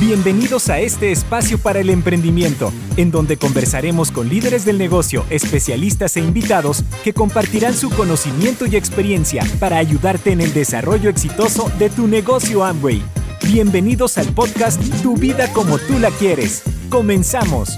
Bienvenidos a este espacio para el emprendimiento, en donde conversaremos con líderes del negocio, especialistas e invitados que compartirán su conocimiento y experiencia para ayudarte en el desarrollo exitoso de tu negocio Amway. Bienvenidos al podcast Tu vida como tú la quieres. ¡Comenzamos!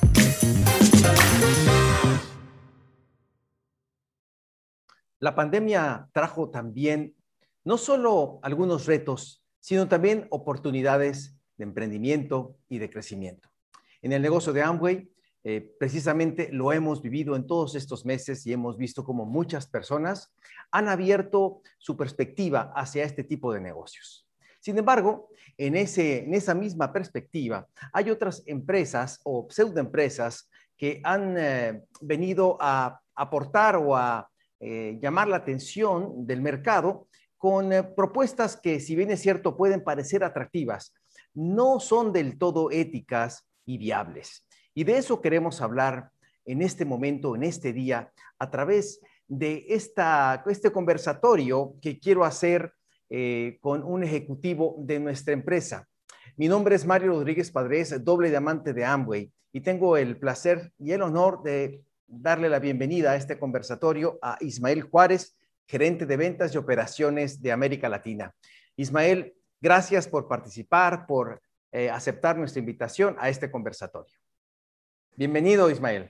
La pandemia trajo también no solo algunos retos, sino también oportunidades de emprendimiento y de crecimiento. En el negocio de Amway, precisamente lo hemos vivido en todos estos meses y hemos visto cómo muchas personas han abierto su perspectiva hacia este tipo de negocios. Sin embargo, en esa misma perspectiva, hay otras empresas o pseudoempresas que han venido a aportar o a llamar la atención del mercado con propuestas que, si bien es cierto, pueden parecer atractivas, no son del todo éticas y viables. Y de eso queremos hablar en este momento, en este día, a través de este conversatorio que quiero hacer con un ejecutivo de nuestra empresa. Mi nombre es Mario Rodríguez Padres, doble diamante de Amway, y tengo el placer y el honor de darle la bienvenida a este conversatorio a Ismael Juárez, gerente de ventas y operaciones de América Latina. Ismael, gracias por participar, por aceptar nuestra invitación a este conversatorio. Bienvenido, Ismael.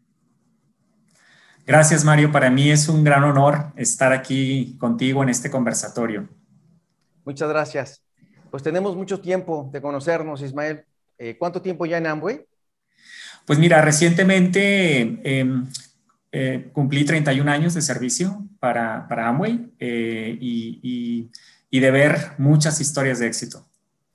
Gracias, Mario. Para mí es un gran honor estar aquí contigo en este conversatorio. Muchas gracias. Pues tenemos mucho tiempo de conocernos, Ismael. ¿Cuánto tiempo ya en Amway? Pues mira, recientemente cumplí 31 años de servicio para Amway y de ver muchas historias de éxito.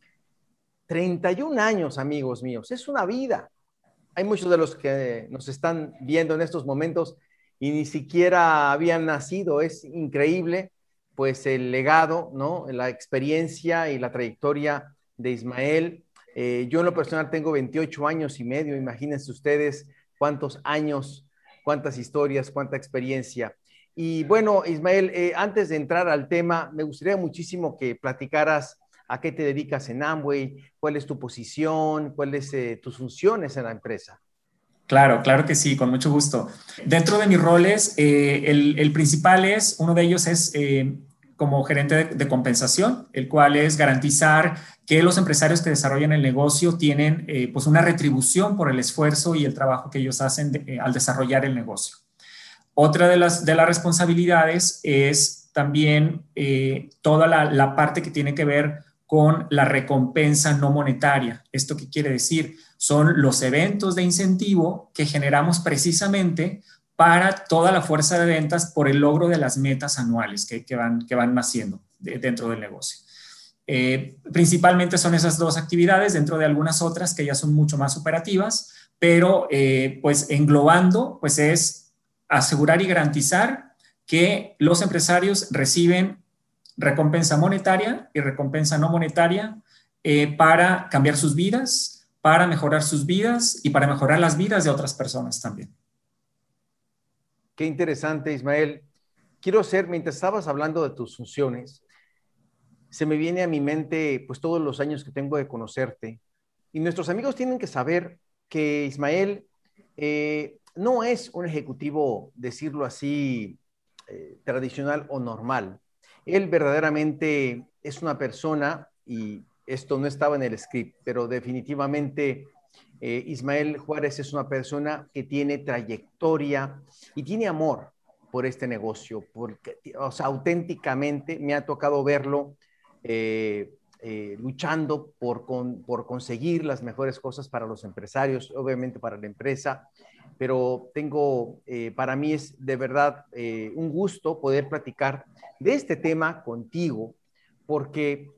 31 años, amigos míos, es una vida. Hay muchos de los que nos están viendo en estos momentos y ni siquiera habían nacido. Es increíble, pues, el legado, ¿no? La experiencia y la trayectoria de Ismael. Yo en lo personal tengo 28 años y medio. Imagínense ustedes cuántos años, cuántas historias, cuánta experiencia. Y bueno, Ismael, antes de entrar al tema, me gustaría muchísimo que platicaras a qué te dedicas en Amway, cuál es tu posición, cuáles tus funciones en la empresa. Claro, claro que sí, con mucho gusto. Dentro de mis roles, el principal uno de ellos es como gerente de compensación, el cual es garantizar que los empresarios que desarrollan el negocio tienen pues una retribución por el esfuerzo y el trabajo que ellos hacen al desarrollar el negocio. Otra de las responsabilidades es también toda la parte que tiene que ver con la recompensa no monetaria. ¿Esto qué quiere decir? Son los eventos de incentivo que generamos precisamente para toda la fuerza de ventas por el logro de las metas anuales que van naciendo dentro del negocio. Principalmente son esas dos actividades, dentro de algunas otras que ya son mucho más operativas, pero pues englobando, pues es asegurar y garantizar que los empresarios reciben recompensa monetaria y recompensa no monetaria para cambiar sus vidas, para mejorar sus vidas y para mejorar las vidas de otras personas también. Qué interesante, Ismael. Mientras estabas hablando de tus funciones, se me viene a mi mente pues todos los años que tengo de conocerte, y nuestros amigos tienen que saber que Ismael no es un ejecutivo, decirlo así, tradicional o normal. Él verdaderamente es una persona, y esto no estaba en el script, pero definitivamente Ismael Juárez es una persona que tiene trayectoria y tiene amor por este negocio, porque, o sea, auténticamente me ha tocado verlo luchando por conseguir las mejores cosas para los empresarios, obviamente para la empresa, pero para mí es de verdad un gusto poder platicar de este tema contigo, porque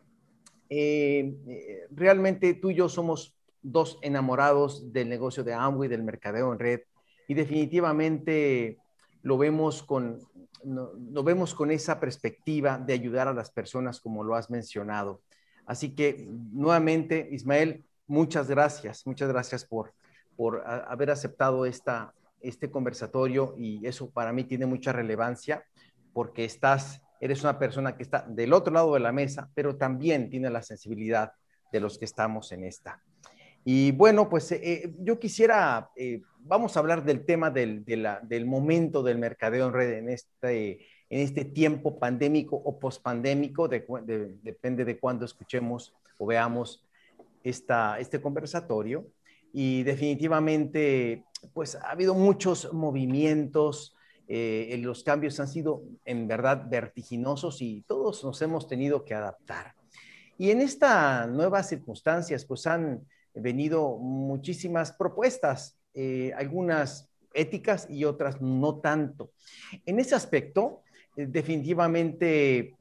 realmente tú y yo somos dos enamorados del negocio de Amway, del mercadeo en red, y definitivamente lo vemos con esa perspectiva de ayudar a las personas, como lo has mencionado. Así que, nuevamente, Ismael, muchas gracias por haber aceptado este conversatorio, y eso para mí tiene mucha relevancia porque eres una persona que está del otro lado de la mesa, pero también tiene la sensibilidad de los que estamos en esta. Y bueno, pues yo quisiera, vamos a hablar del tema del momento del mercadeo en red en este tiempo pandémico o pospandémico, depende de cuándo escuchemos o veamos este conversatorio. Y definitivamente, pues ha habido muchos movimientos, los cambios han sido en verdad vertiginosos y todos nos hemos tenido que adaptar. Y en estas nuevas circunstancias, pues han venido muchísimas propuestas, algunas éticas y otras no tanto. En ese aspecto, definitivamente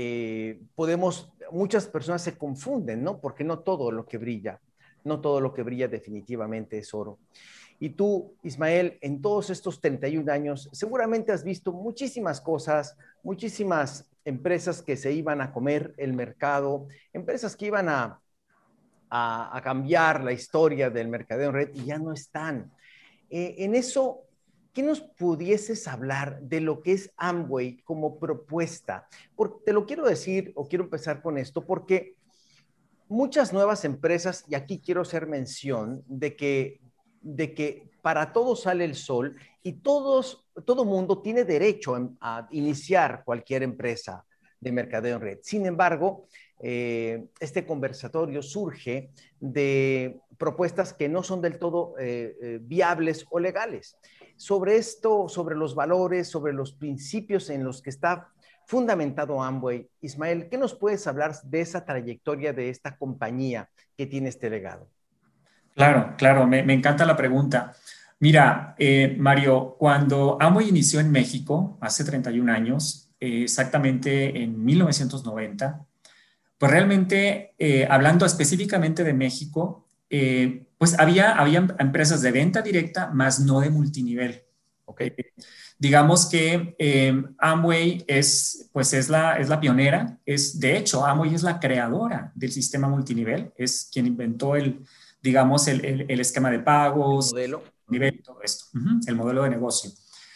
muchas personas se confunden, ¿no? Porque no todo lo que brilla, no todo lo que brilla definitivamente es oro. Y tú, Ismael, en todos estos 31 años, seguramente has visto muchísimas cosas, muchísimas empresas que se iban a comer el mercado, empresas que iban a cambiar la historia del mercadeo en red y ya no están. En eso, ¿qué nos pudieses hablar de lo que es Amway como propuesta? Porque te lo quiero decir, o quiero empezar con esto, porque muchas nuevas empresas, y aquí quiero hacer mención de que para todos sale el sol y todo mundo tiene derecho a iniciar cualquier empresa de mercadeo en red. Sin embargo, este conversatorio surge de propuestas que no son del todo viables o legales. Sobre esto, sobre los valores, sobre los principios en los que está fundamentado Amway, Ismael, ¿qué nos puedes hablar de esa trayectoria de esta compañía que tiene este legado? Claro, me encanta la pregunta. Mira, Mario, cuando Amway inició en México hace 31 años, exactamente en 1990, pues realmente, hablando específicamente de México, pues había empresas de venta directa, más no de multinivel. Okay. Digamos que Amway es la pionera. De hecho, Amway es la creadora del sistema multinivel, es quien inventó el esquema de pagos, el modelo, nivel, todo esto, el modelo de negocio.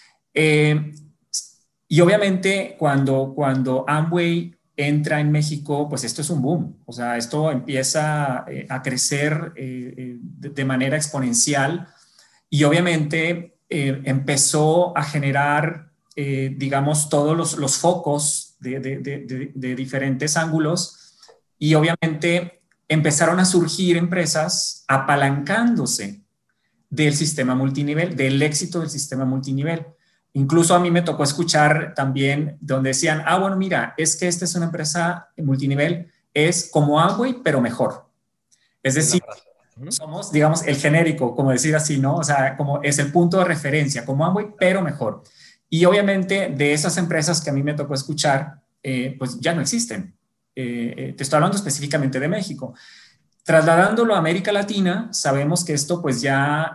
Y obviamente cuando Amway entra en México, pues esto es un boom. O sea, esto empieza a crecer de manera exponencial y obviamente empezó a generar, digamos, todos los focos de diferentes ángulos y obviamente empezaron a surgir empresas apalancándose del sistema multinivel, del éxito del sistema multinivel. Incluso a mí me tocó escuchar también donde decían, bueno, mira, es que esta es una empresa multinivel, es como Amway, pero mejor. Es decir, somos, digamos, el genérico, como decir así, ¿no? O sea, como es el punto de referencia, como Amway, pero mejor. Y obviamente de esas empresas que a mí me tocó escuchar, pues ya no existen. Te estoy hablando específicamente de México. Trasladándolo a América Latina, sabemos que esto pues ya...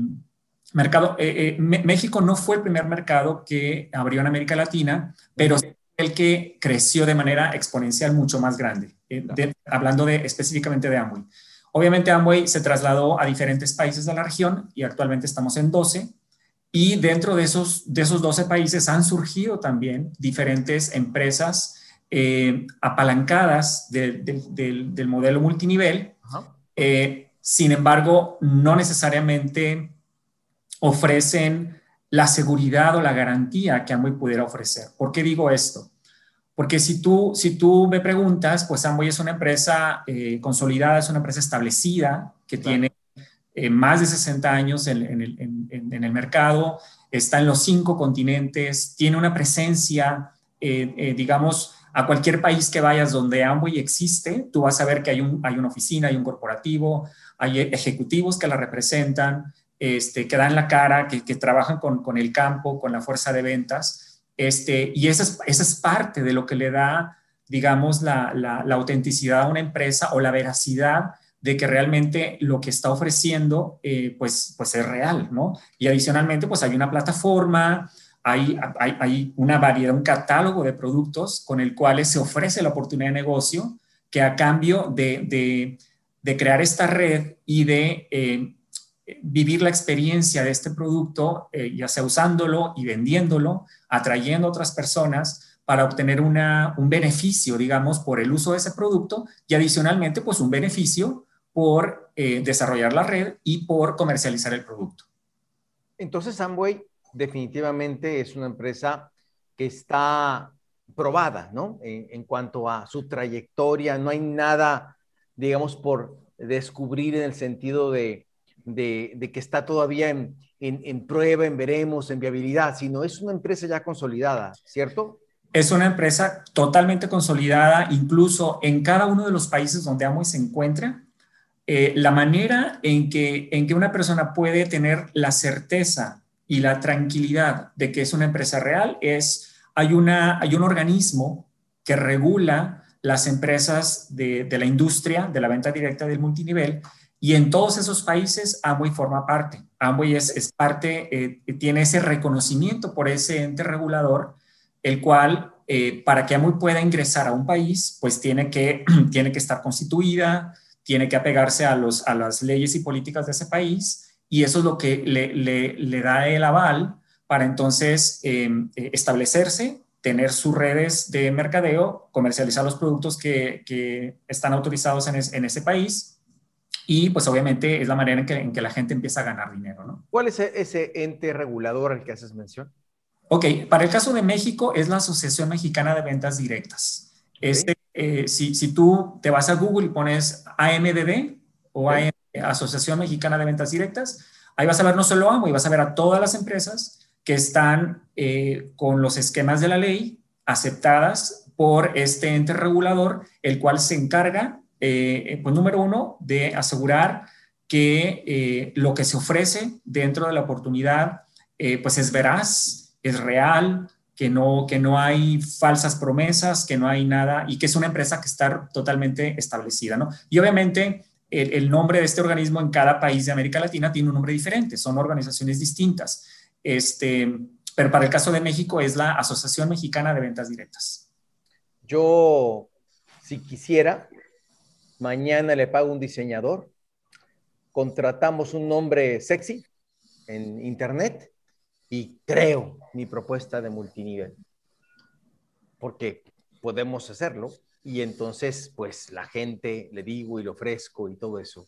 México no fue el primer mercado que abrió en América Latina, pero el que creció de manera exponencial mucho más grande, hablando específicamente de Amway. Obviamente Amway se trasladó a diferentes países de la región y actualmente estamos en 12, y dentro de esos 12 países han surgido también diferentes empresas apalancadas del modelo multinivel. Sin embargo, no necesariamente ofrecen la seguridad o la garantía que Amway pudiera ofrecer. ¿Por qué digo esto? Porque si tú me preguntas, pues Amway es una empresa consolidada, es una empresa establecida que tiene más de 60 años en el mercado, está en los 5 continentes, tiene una presencia, digamos, a cualquier país que vayas donde Amway existe, tú vas a ver que hay una oficina, hay un corporativo, hay ejecutivos que la representan, que dan la cara, que trabajan con el campo, con la fuerza de ventas, y esa es parte de lo que le da, digamos, la autenticidad a una empresa o la veracidad de que realmente lo que está ofreciendo pues es real, ¿no? Y adicionalmente pues hay una plataforma, hay una variedad, un catálogo de productos con el cual se ofrece la oportunidad de negocio que a cambio de crear esta red y de vivir la experiencia de este producto, ya sea usándolo y vendiéndolo, atrayendo a otras personas, para obtener un beneficio, digamos, por el uso de ese producto y adicionalmente, pues un beneficio por desarrollar la red y por comercializar el producto. Entonces, Amway definitivamente es una empresa que está probada, ¿no? En cuanto a su trayectoria, no hay nada, digamos, por descubrir en el sentido de que está todavía en prueba, en veremos, en viabilidad, sino es una empresa ya consolidada, ¿cierto? Es una empresa totalmente consolidada, incluso en cada uno de los países donde Amway se encuentra. La manera en que una persona puede tener la certeza y la tranquilidad de que es una empresa real hay un organismo que regula las empresas de la industria, de la venta directa del multinivel, y en todos esos países Amway forma parte. Amway es parte, tiene ese reconocimiento por ese ente regulador, el cual, para que Amway pueda ingresar a un país, pues tiene que estar constituida, tiene que apegarse a las leyes y políticas de ese país, y eso es lo que le da el aval para entonces establecerse, tener sus redes de mercadeo, comercializar los productos que están autorizados en ese país, y pues obviamente es la manera en que la gente empieza a ganar dinero, ¿no? ¿Cuál es ese ente regulador al que haces mención? Ok, para el caso de México es la Asociación Mexicana de Ventas Directas. Okay. Si tú te vas a Google y pones AMDD o Okay. Asociación Mexicana de Ventas Directas, ahí vas a ver no solo Amway, vas a ver a todas las empresas que están con los esquemas de la ley aceptadas por este ente regulador, el cual se encarga, pues número uno, de asegurar que lo que se ofrece dentro de la oportunidad pues es veraz, es real, que no hay falsas promesas, que no hay nada, y que es una empresa que está totalmente establecida, ¿no? Y obviamente el nombre de este organismo en cada país de América Latina tiene un nombre diferente, son organizaciones distintas. Pero para el caso de México es la Asociación Mexicana de Ventas Directas. Yo, si quisiera, mañana le pago un diseñador, contratamos un nombre sexy en internet y creo mi propuesta de multinivel, porque podemos hacerlo y entonces pues la gente le digo y le ofrezco y todo eso.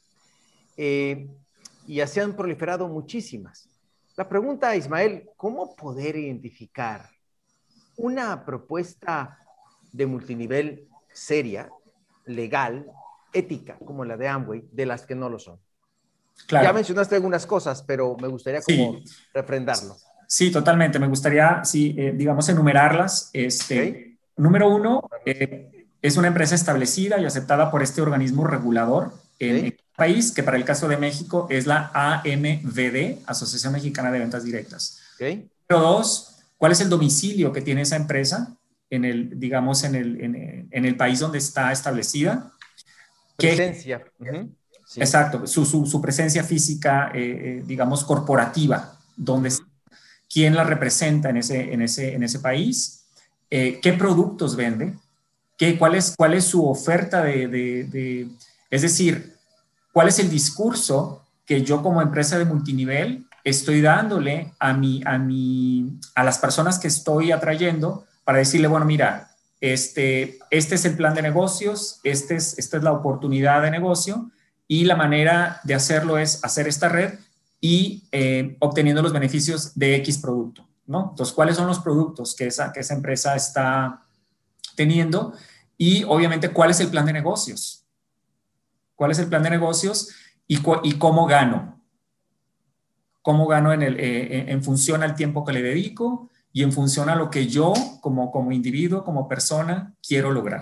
Y así han proliferado muchísimas. La pregunta, Ismael, ¿cómo poder identificar una propuesta de multinivel seria, legal, ética, como la de Amway, de las que no lo son? Claro. Ya mencionaste algunas cosas, pero me gustaría como refrendarlo. Sí, totalmente. Me gustaría, sí, digamos, enumerarlas. Okay. Número uno, es una empresa establecida y aceptada por este organismo regulador en el país, que para el caso de México es la AMVD, Asociación Mexicana de Ventas Directas. Okay. Número dos, ¿cuál es el domicilio que tiene esa empresa digamos, en el país donde está establecida? Presencia. Sí. Exacto, su presencia física, digamos, corporativa, donde quién la representa en ese país, qué productos vende, cuál es su oferta es decir, cuál es el discurso que yo como empresa de multinivel estoy dándole a las personas que estoy atrayendo para decirle, bueno, mira, este es el plan de negocios, esta es la oportunidad de negocio, y la manera de hacerlo es hacer esta red y obteniendo los beneficios de X producto, ¿no? Entonces, ¿cuáles son los productos que esa empresa está teniendo? Y obviamente, ¿cuál es el plan de negocios? ¿Cuál es el plan de negocios y cómo gano? ¿Cómo gano en función al tiempo que le dedico y en función a lo que yo, como individuo, como persona, quiero lograr?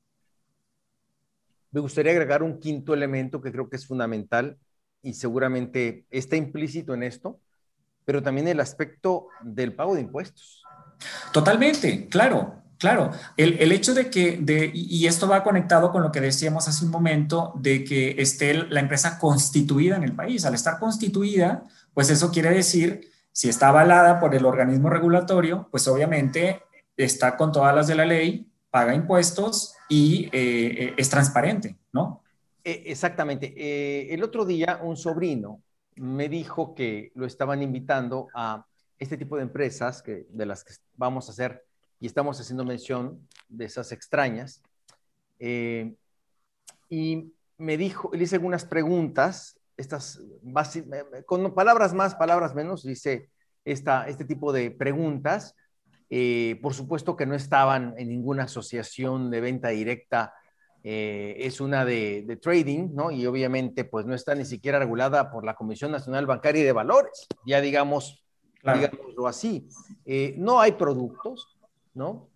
Me gustaría agregar un quinto elemento que creo que es fundamental y seguramente está implícito en esto, pero también el aspecto del pago de impuestos. Totalmente, claro, claro. El hecho de que, y esto va conectado con lo que decíamos hace un momento, de que esté la empresa constituida en el país. Al estar constituida, pues eso quiere decir, si está avalada por el organismo regulatorio, pues obviamente está con todas las de la ley, paga impuestos y es transparente, ¿no? Exactamente. El otro día un sobrino me dijo que lo estaban invitando a este tipo de empresas de las que vamos a hacer y estamos haciendo mención de esas extrañas. Y me dijo, le hice algunas preguntas, con palabras más, palabras menos, hice este tipo de preguntas. Por supuesto que no estaban en ninguna asociación de venta directa, es una de trading, ¿no? Y obviamente pues no está ni siquiera regulada por la Comisión Nacional Bancaria y de Valores, ya Claro. digámoslo así. No hay productos, ¿no?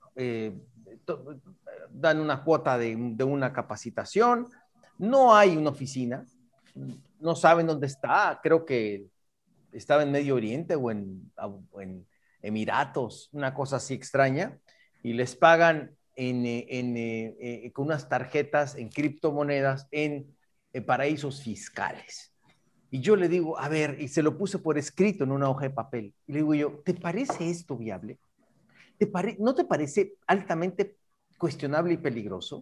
Dan una cuota de una capacitación, no hay una oficina, no saben dónde está, creo que estaba en Medio Oriente o en Emiratos, una cosa así extraña, y les pagan con unas tarjetas en criptomonedas en paraísos fiscales. Y yo le digo, a ver, y se lo puse por escrito en una hoja de papel, y le digo yo, ¿te parece esto viable? ¿No te parece altamente cuestionable y peligroso?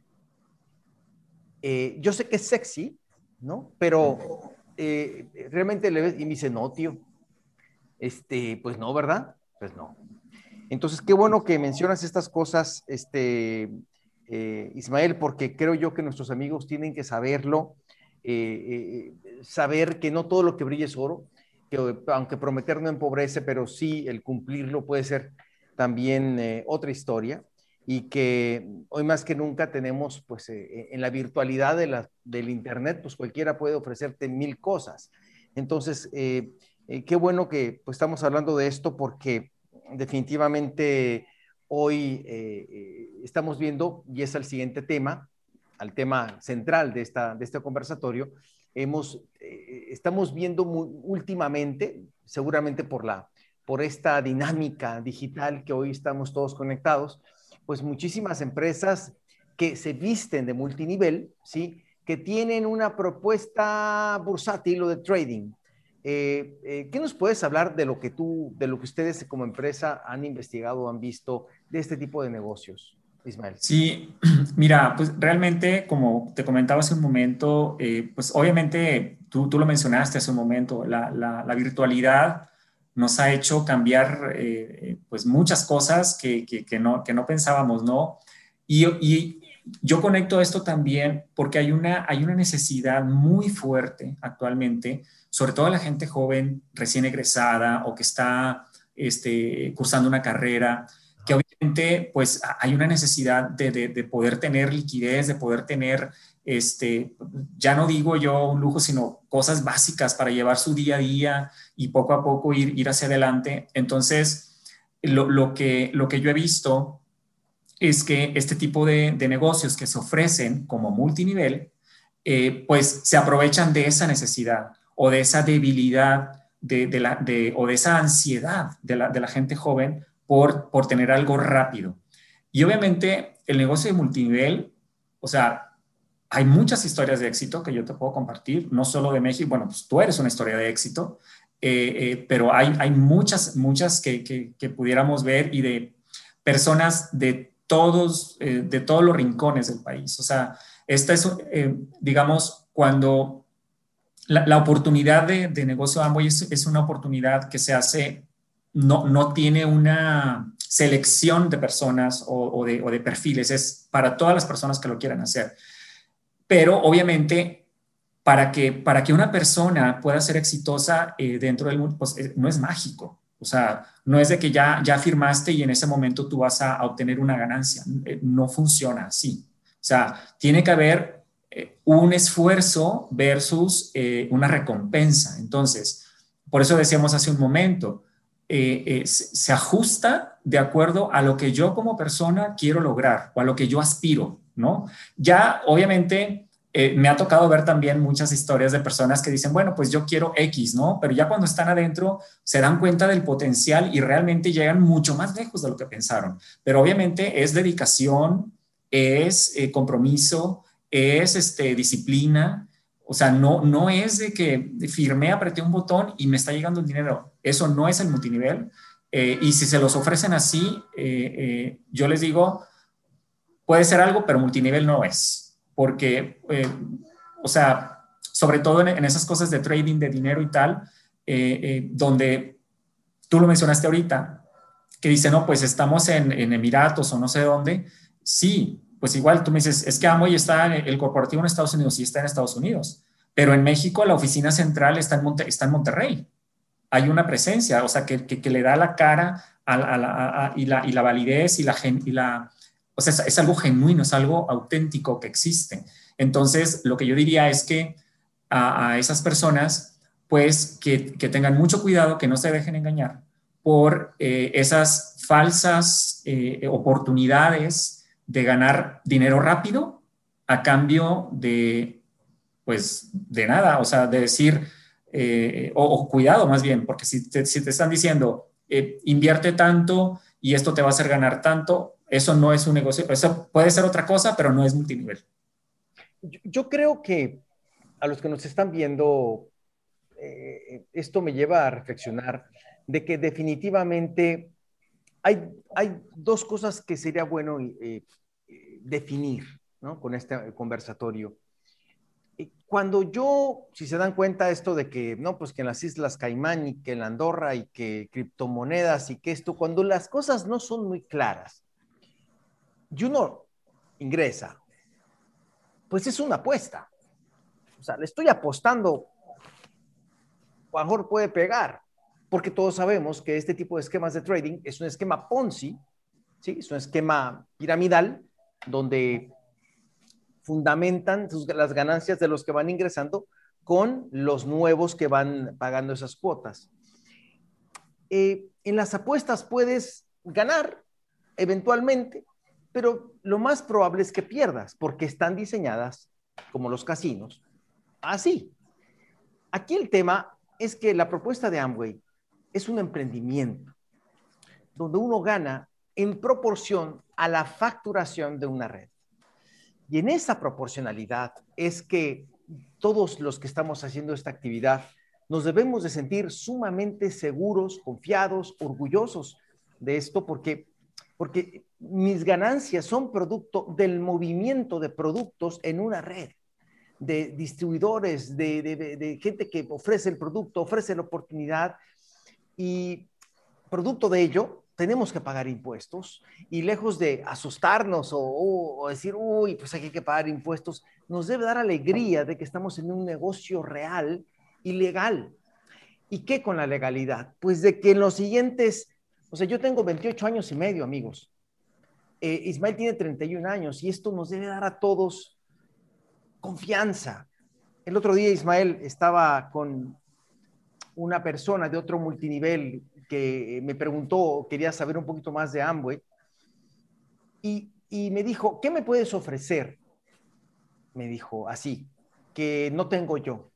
Yo sé que es sexy, ¿no? Pero realmente le ves y me dice, no, tío, pues no, ¿verdad? Pues no. Entonces, qué bueno que mencionas estas cosas, Ismael, porque creo yo que nuestros amigos tienen que saberlo, saber que no todo lo que brilla es oro, que aunque prometer no empobrece, pero sí el cumplirlo puede ser también otra historia, y que hoy más que nunca tenemos, pues, en la virtualidad del Internet, pues cualquiera puede ofrecerte mil cosas. Entonces, qué bueno que pues, estamos hablando de esto porque definitivamente hoy estamos viendo, y es el siguiente tema, al tema central de este conversatorio, estamos viendo últimamente, seguramente por esta dinámica digital que hoy estamos todos conectados, pues muchísimas empresas que se visten de multinivel, ¿sí? Que tienen una propuesta bursátil o de trading. ¿Qué nos puedes hablar de lo que ustedes como empresa han investigado o han visto de este tipo de negocios, Ismael? Sí, mira, pues realmente, como te comentaba hace un momento, pues obviamente tú lo mencionaste hace un momento, la virtualidad nos ha hecho cambiar pues muchas cosas que no pensábamos, ¿no? Y yo conecto esto también porque hay una necesidad muy fuerte actualmente, sobre todo la gente joven, recién egresada o que está cursando una carrera, que obviamente pues hay una necesidad de poder tener liquidez, de poder tener, ya no digo yo un lujo, sino cosas básicas para llevar su día a día y poco a poco ir hacia adelante. Entonces, lo que yo he visto es que este tipo de negocios que se ofrecen como multinivel, pues se aprovechan de esa necesidad o de esa debilidad o de esa ansiedad de la gente joven por tener algo rápido. Y obviamente el negocio de multinivel, o sea, hay muchas historias de éxito que yo te puedo compartir, no solo de México, bueno, pues tú eres una historia de éxito, pero hay muchas que pudiéramos ver y de personas de todos los rincones del país. O sea, esta es, digamos, cuando la oportunidad de negocio Amway es una oportunidad que se hace, no tiene una selección de personas o de perfiles, es para todas las personas que lo quieran hacer. Pero obviamente, para que una persona pueda ser exitosa dentro del mundo, pues no es mágico. O sea, no es de que ya firmaste y en ese momento tú vas a obtener una ganancia. No funciona así. O sea, tiene que haber un esfuerzo versus una recompensa. Entonces, por eso decíamos hace un momento, se ajusta de acuerdo a lo que yo como persona quiero lograr o a lo que yo aspiro, ¿no? Ya, obviamente, me ha tocado ver también muchas historias de personas que dicen, bueno, pues yo quiero X, ¿no? Pero ya cuando están adentro se dan cuenta del potencial y realmente llegan mucho más lejos de lo que pensaron. Pero obviamente es dedicación, es compromiso, es disciplina. O sea, no es de que firmé, apreté un botón y me está llegando el dinero. Eso no es el multinivel. Y si se los ofrecen así, yo les digo, puede ser algo, pero multinivel no es. Porque, o sea, sobre todo en esas cosas de trading de dinero y tal, donde tú lo mencionaste ahorita, que dice, no, pues estamos en Emiratos o no sé dónde. Sí, pues igual tú me dices, es que Amway está el corporativo en Estados Unidos, sí está en Estados Unidos, pero en México la oficina central está está en Monterrey. Hay una presencia, o sea, que le da la cara y la validez o sea, es algo genuino, es algo auténtico que existe. Entonces, lo que yo diría es que a esas personas, pues, que tengan mucho cuidado, que no se dejen engañar por esas falsas oportunidades de ganar dinero rápido a cambio de, pues, de nada, o sea, de decir, o cuidado más bien, porque si te están diciendo, invierte tanto y esto te va a hacer ganar tanto, eso no es un negocio, eso puede ser otra cosa, pero no es multinivel. Yo creo que a los que nos están viendo, esto me lleva a reflexionar de que definitivamente hay dos cosas que sería bueno definir, ¿no? Con este conversatorio. Cuando yo, si se dan cuenta esto de que, no, pues que en las Islas Caimán y que en Andorra y que criptomonedas y que esto, cuando las cosas no son muy claras y uno ingresa, pues es una apuesta. O sea, le estoy apostando, a lo mejor puede pegar, porque todos sabemos que este tipo de esquemas de trading es un esquema Ponzi, ¿sí? Es un esquema piramidal donde fundamentan las ganancias de los que van ingresando con los nuevos que van pagando esas cuotas. En las apuestas puedes ganar eventualmente, pero lo más probable es que pierdas porque están diseñadas como los casinos. Así. Aquí el tema es que la propuesta de Amway es un emprendimiento donde uno gana en proporción a la facturación de una red. Y en esa proporcionalidad es que todos los que estamos haciendo esta actividad nos debemos de sentir sumamente seguros, confiados, orgullosos de esto, porque mis ganancias son producto del movimiento de productos en una red, de distribuidores, de gente que ofrece el producto, ofrece la oportunidad, y producto de ello tenemos que pagar impuestos, y lejos de asustarnos o decir, uy, pues hay que pagar impuestos, nos debe dar alegría de que estamos en un negocio real y legal. ¿Y qué con la legalidad? Pues de que en los siguientes, o sea, yo tengo 28 años y medio, amigos. Ismael tiene 31 años y esto nos debe dar a todos confianza. El otro día Ismael estaba con una persona de otro multinivel que me preguntó, quería saber un poquito más de Amway, y me dijo, ¿qué me puedes ofrecer? Me dijo así, que no tengo yo.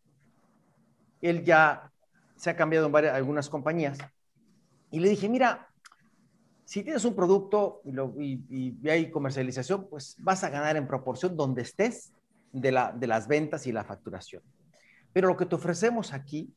Él ya se ha cambiado en algunas compañías, y le dije, mira, si tienes un producto y hay comercialización, pues vas a ganar en proporción donde estés de las ventas y la facturación. Pero lo que te ofrecemos aquí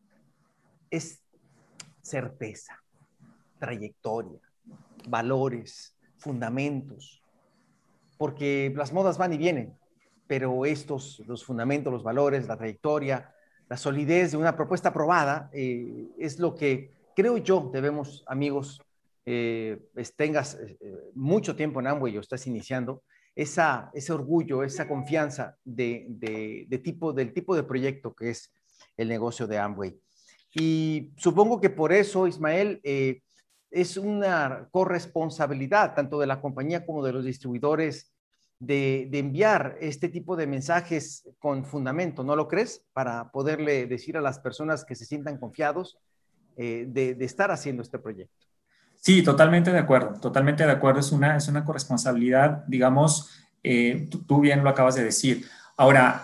es certeza, trayectoria, valores, fundamentos, porque las modas van y vienen, pero los fundamentos, los valores, la trayectoria, la solidez de una propuesta aprobada es lo que creo yo debemos, amigos, tengas mucho tiempo en Amway o estás iniciando, ese orgullo, esa confianza del tipo de proyecto que es el negocio de Amway. Y supongo que por eso, Ismael, es una corresponsabilidad tanto de la compañía como de los distribuidores de enviar este tipo de mensajes con fundamento, ¿no lo crees? Para poderle decir a las personas que se sientan confiados de estar haciendo este proyecto. Sí, totalmente de acuerdo, totalmente de acuerdo. Es una corresponsabilidad, digamos, tú bien lo acabas de decir. Ahora,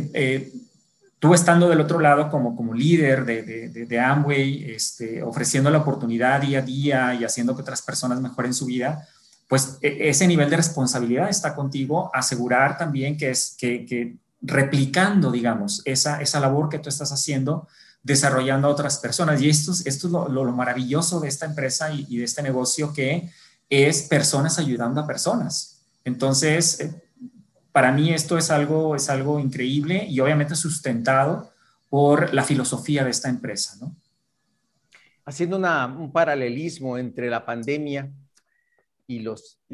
tú estando del otro lado como líder de Amway, ofreciendo la oportunidad día a día y haciendo que otras personas mejoren su vida, pues ese nivel de responsabilidad está contigo, asegurar también que replicando, digamos, esa labor que tú estás haciendo, desarrollando a otras personas. Y esto es lo maravilloso de esta empresa y de este negocio, que es personas ayudando a personas. Entonces, para mí esto es algo increíble y obviamente sustentado por la filosofía de esta empresa, ¿no? haciendo un paralelismo entre la pandemia y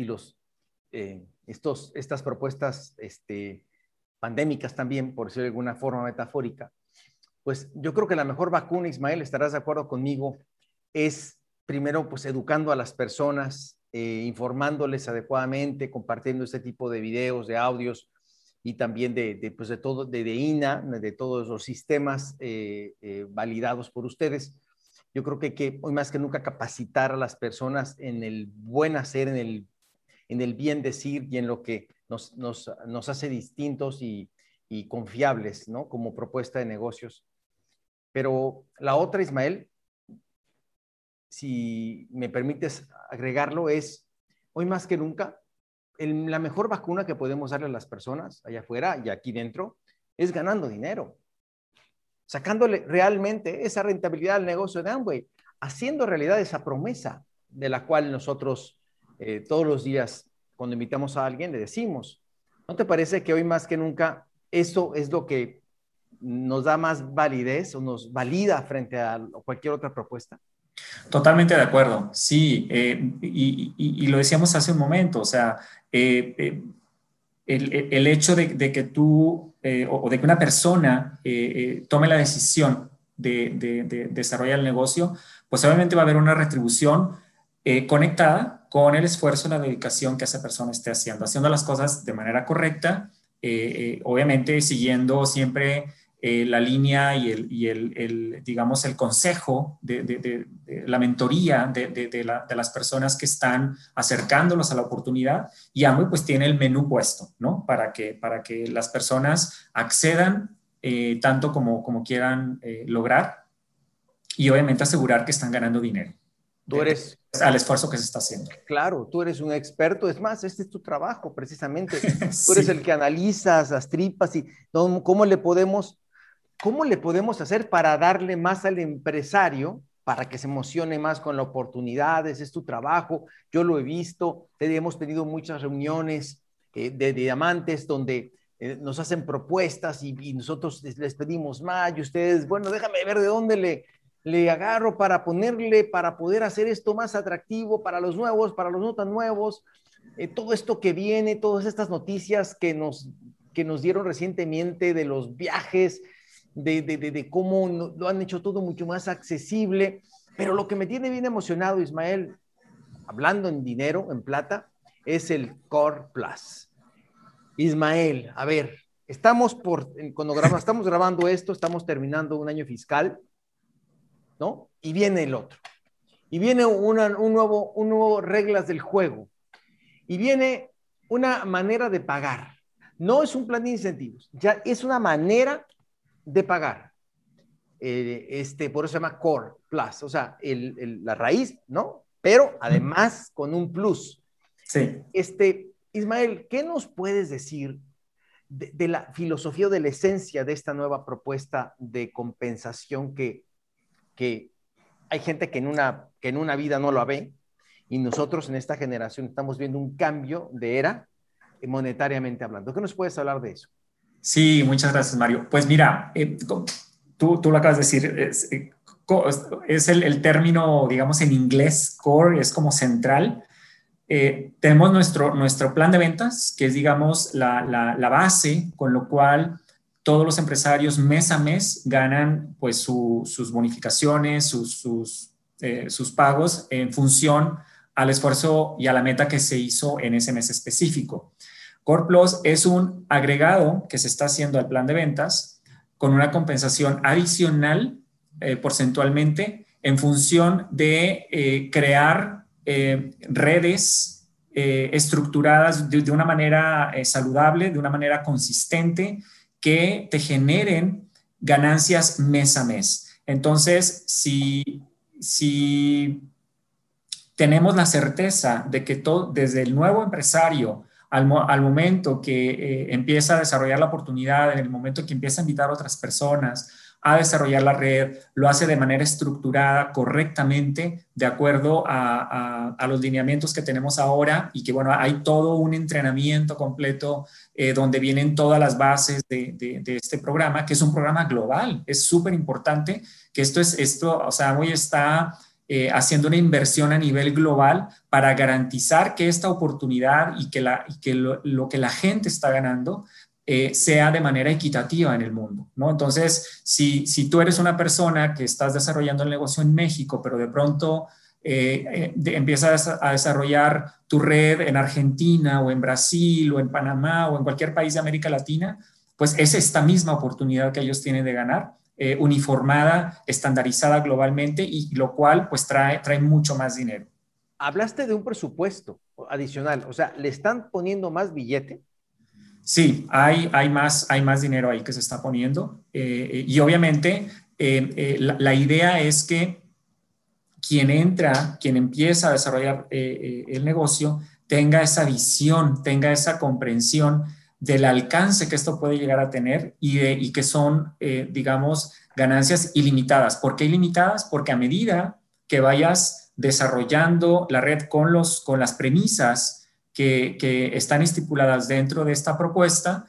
estas propuestas pandémicas también, por decirlo de alguna forma metafórica, pues yo creo que la mejor vacuna, Ismael, estarás de acuerdo conmigo, es primero pues educando a las personas, informándoles adecuadamente, compartiendo este tipo de videos, de audios y también pues de todo, de INA, de todos los sistemas validados por ustedes. Yo creo que hay que hoy más que nunca capacitar a las personas en el buen hacer, en el bien decir y en lo que nos hace distintos y confiables, ¿no? Como propuesta de negocios. Pero la otra, Ismael, si me permites agregarlo, es hoy más que nunca, la mejor vacuna que podemos darle a las personas allá afuera y aquí dentro es ganando dinero, sacándole realmente esa rentabilidad al negocio de Amway, haciendo realidad esa promesa de la cual nosotros todos los días, cuando invitamos a alguien, le decimos. ¿No te parece que hoy más que nunca eso es lo que nos da más validez o nos valida frente a cualquier otra propuesta? Totalmente de acuerdo, sí, y lo decíamos hace un momento, o sea, el hecho de que tú o de que una persona tome la decisión de desarrollar el negocio, pues obviamente va a haber una retribución conectada con el esfuerzo y la dedicación que esa persona esté haciendo las cosas de manera correcta, obviamente siguiendo siempre la línea y digamos, el consejo de la mentoría de las personas que están acercándolos a la oportunidad, y Amway pues tiene el menú puesto, ¿no? Para que las personas accedan tanto como quieran lograr, y obviamente asegurar que están ganando dinero. Tú eres... al esfuerzo que se está haciendo. Claro, tú eres un experto, es más, este es tu trabajo precisamente. Sí. Tú eres el que analizas las tripas y cómo le podemos hacer para darle más al empresario, para que se emocione más con la oportunidad. Ese es tu trabajo, yo lo he visto, hemos tenido muchas reuniones de diamantes donde nos hacen propuestas y nosotros les pedimos más y ustedes, bueno, déjame ver de dónde le agarro para poder hacer esto más atractivo para los nuevos, para los no tan nuevos, todo esto que viene, todas estas noticias que nos dieron recientemente de los viajes, de cómo lo han hecho todo mucho más accesible. Pero lo que me tiene bien emocionado, Ismael, hablando en dinero, en plata, es el Core Plus. Ismael, a ver, estamos grabando esto, estamos terminando un año fiscal, ¿no? Y viene el otro. Y viene un nuevo reglas del juego. Y viene una manera de pagar. No es un plan de incentivos, ya es una manera de pagar. Por eso se llama Core Plus, o sea, la raíz, ¿no? Pero además con un plus. Sí. Ismael, ¿qué nos puedes decir de la filosofía o de la esencia de esta nueva propuesta de compensación que hay gente que en una vida no lo ve, y nosotros en esta generación estamos viendo un cambio de era monetariamente hablando? ¿Qué nos puedes hablar de eso? Sí, muchas gracias, Mario. Pues mira, tú lo acabas de decir, es el término, digamos, en inglés, core, es como central. Tenemos nuestro plan de ventas, que es, digamos, la base, con lo cual todos los empresarios mes a mes ganan pues sus bonificaciones, sus pagos en función al esfuerzo y a la meta que se hizo en ese mes específico. Core Plus es un agregado que se está haciendo al plan de ventas con una compensación adicional porcentualmente en función de crear redes estructuradas de una manera saludable, de una manera consistente, que te generen ganancias mes a mes. Entonces, si tenemos la certeza de que desde el nuevo empresario al momento que empieza a desarrollar la oportunidad, en el momento que empieza a invitar a otras personas a desarrollar la red, lo hace de manera estructurada, correctamente, de acuerdo a los lineamientos que tenemos ahora y que, bueno, hay todo un entrenamiento completo donde vienen todas las bases de este programa, que es un programa global. Es súper importante que o sea, Amway está haciendo una inversión a nivel global para garantizar que esta oportunidad y que lo que la gente está ganando sea de manera equitativa en el mundo, ¿no? Entonces, si tú eres una persona que estás desarrollando el negocio en México, pero de pronto empiezas a desarrollar tu red en Argentina o en Brasil o en Panamá o en cualquier país de América Latina, pues es esta misma oportunidad que ellos tienen de ganar, uniformada, estandarizada globalmente, y lo cual pues trae mucho más dinero. Hablaste de un presupuesto adicional, o sea, ¿le están poniendo más billete? Sí, hay más dinero ahí que se está poniendo y obviamente la idea es que quien empieza a desarrollar el negocio tenga esa visión, tenga esa comprensión del alcance que esto puede llegar a tener y que son, digamos, ganancias ilimitadas. ¿Por qué ilimitadas? Porque a medida que vayas desarrollando la red con las premisas que están estipuladas dentro de esta propuesta,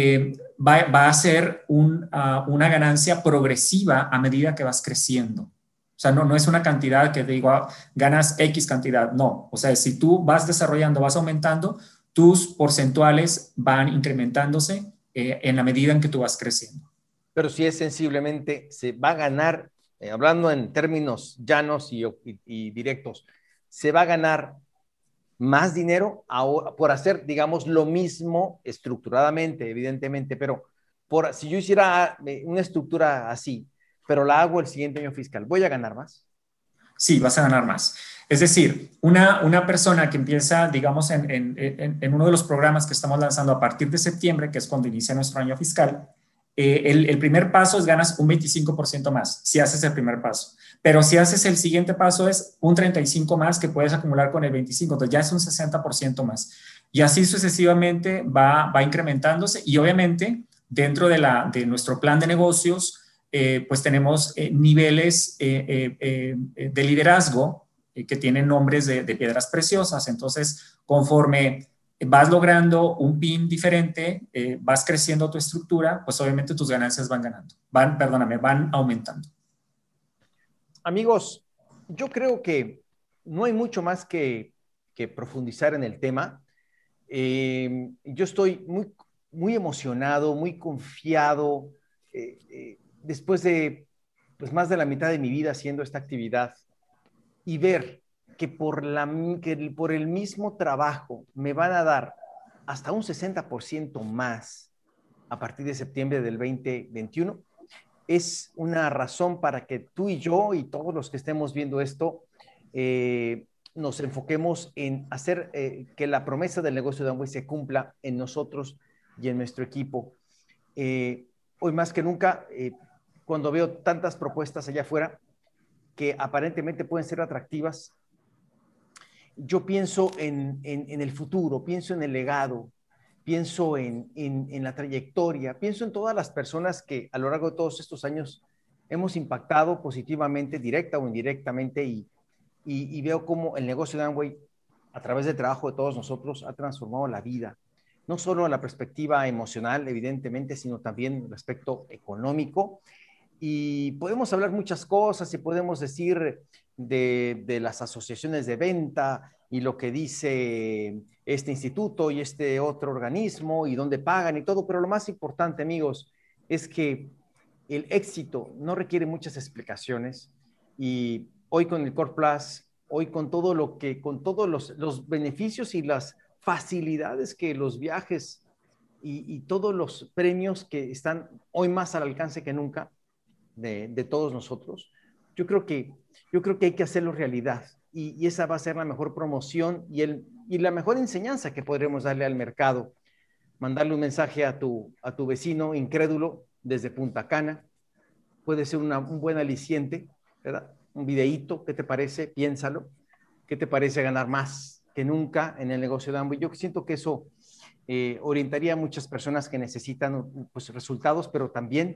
va a ser una ganancia progresiva a medida que vas creciendo. O sea, no es una cantidad que te digo, ganas X cantidad, no. O sea, si tú vas desarrollando, vas aumentando, tus porcentuales van incrementándose en la medida en que tú vas creciendo. Pero si es sensiblemente, se va a ganar, hablando en términos llanos y directos, se va a ganar más dinero por hacer, digamos, lo mismo estructuradamente, evidentemente, pero si yo hiciera una estructura así, pero la hago el siguiente año fiscal, ¿voy a ganar más? Sí, vas a ganar más. Es decir, una persona que empieza, digamos, en uno de los programas que estamos lanzando a partir de septiembre, que es cuando inicia nuestro año fiscal, el primer paso es ganas un 25% más, si haces el primer paso. Pero si haces el siguiente paso es un 35% más que puedes acumular con el 25%, entonces ya es un 60% más. Y así sucesivamente va incrementándose y obviamente dentro de nuestro plan de negocios, pues tenemos niveles de liderazgo que tienen nombres de piedras preciosas. Entonces, conforme vas logrando un PIN diferente, vas creciendo tu estructura, pues obviamente tus ganancias van aumentando. Amigos, yo creo que no hay mucho más que profundizar en el tema. Yo estoy muy emocionado, muy confiado. Después de pues, más de la mitad de mi vida haciendo esta actividad y ver que por el mismo trabajo me van a dar hasta un 60% más a partir de septiembre del 2021, es una razón para que tú y yo y todos los que estemos viendo esto nos enfoquemos en hacer que la promesa del negocio de Amway se cumpla en nosotros y en nuestro equipo. Hoy más que nunca, cuando veo tantas propuestas allá afuera que aparentemente pueden ser atractivas, yo pienso en el futuro, pienso en el legado, pienso en la trayectoria, pienso en todas las personas que a lo largo de todos estos años hemos impactado positivamente, directa o indirectamente, y veo cómo el negocio de Amway, a través del trabajo de todos nosotros, ha transformado la vida, no solo en la perspectiva emocional, evidentemente, sino también en el aspecto económico. Y podemos hablar muchas cosas y podemos decir de las asociaciones de venta y lo que dice este instituto y este otro organismo y dónde pagan y todo, pero lo más importante, amigos, es que el éxito no requiere muchas explicaciones y hoy con el Core Plus, hoy con todo con todos los beneficios y las facilidades que los viajes y todos los premios que están hoy más al alcance que nunca, de todos nosotros, yo creo que hay que hacerlo realidad y esa va a ser la mejor promoción y la mejor enseñanza que podremos darle al mercado. Mandarle un mensaje a tu vecino incrédulo desde Punta Cana puede ser un buen aliciente, ¿verdad? Un videíto, ¿qué te parece? Piénsalo. ¿Qué te parece ganar más que nunca en el negocio de Amway? Yo siento que eso orientaría a muchas personas que necesitan pues, resultados, pero también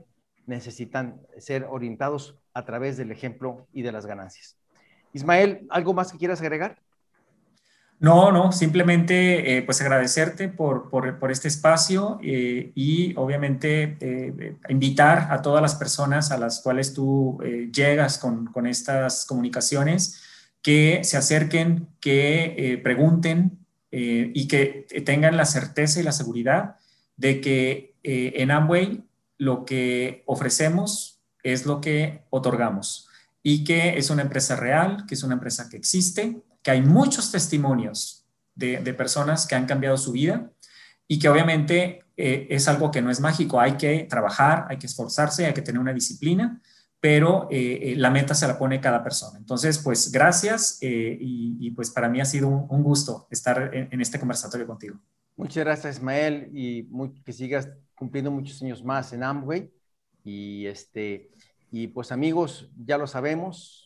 necesitan ser orientados a través del ejemplo y de las ganancias. Ismael, ¿algo más que quieras agregar? No, simplemente pues agradecerte por este espacio y obviamente invitar a todas las personas a las cuales tú llegas con estas comunicaciones, que se acerquen, que pregunten y que tengan la certeza y la seguridad de que en Amway lo que ofrecemos es lo que otorgamos y que es una empresa real, que es una empresa que existe, que hay muchos testimonios de personas que han cambiado su vida y que obviamente es algo que no es mágico. Hay que trabajar, hay que esforzarse, hay que tener una disciplina, pero la meta se la pone cada persona. Entonces, pues gracias y pues para mí ha sido un gusto estar en este conversatorio contigo. Muchas gracias, Ismael, y que sigas cumpliendo muchos años más en Amway. Y pues amigos, ya lo sabemos,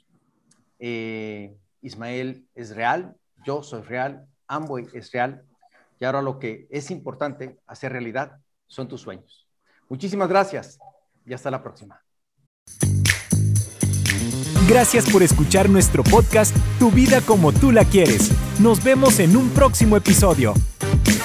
Ismael es real, yo soy real, Amway es real, y ahora lo que es importante hacer realidad son tus sueños. Muchísimas gracias y hasta la próxima. Gracias por escuchar nuestro podcast Tu vida como tú la quieres. Nos vemos en un próximo episodio.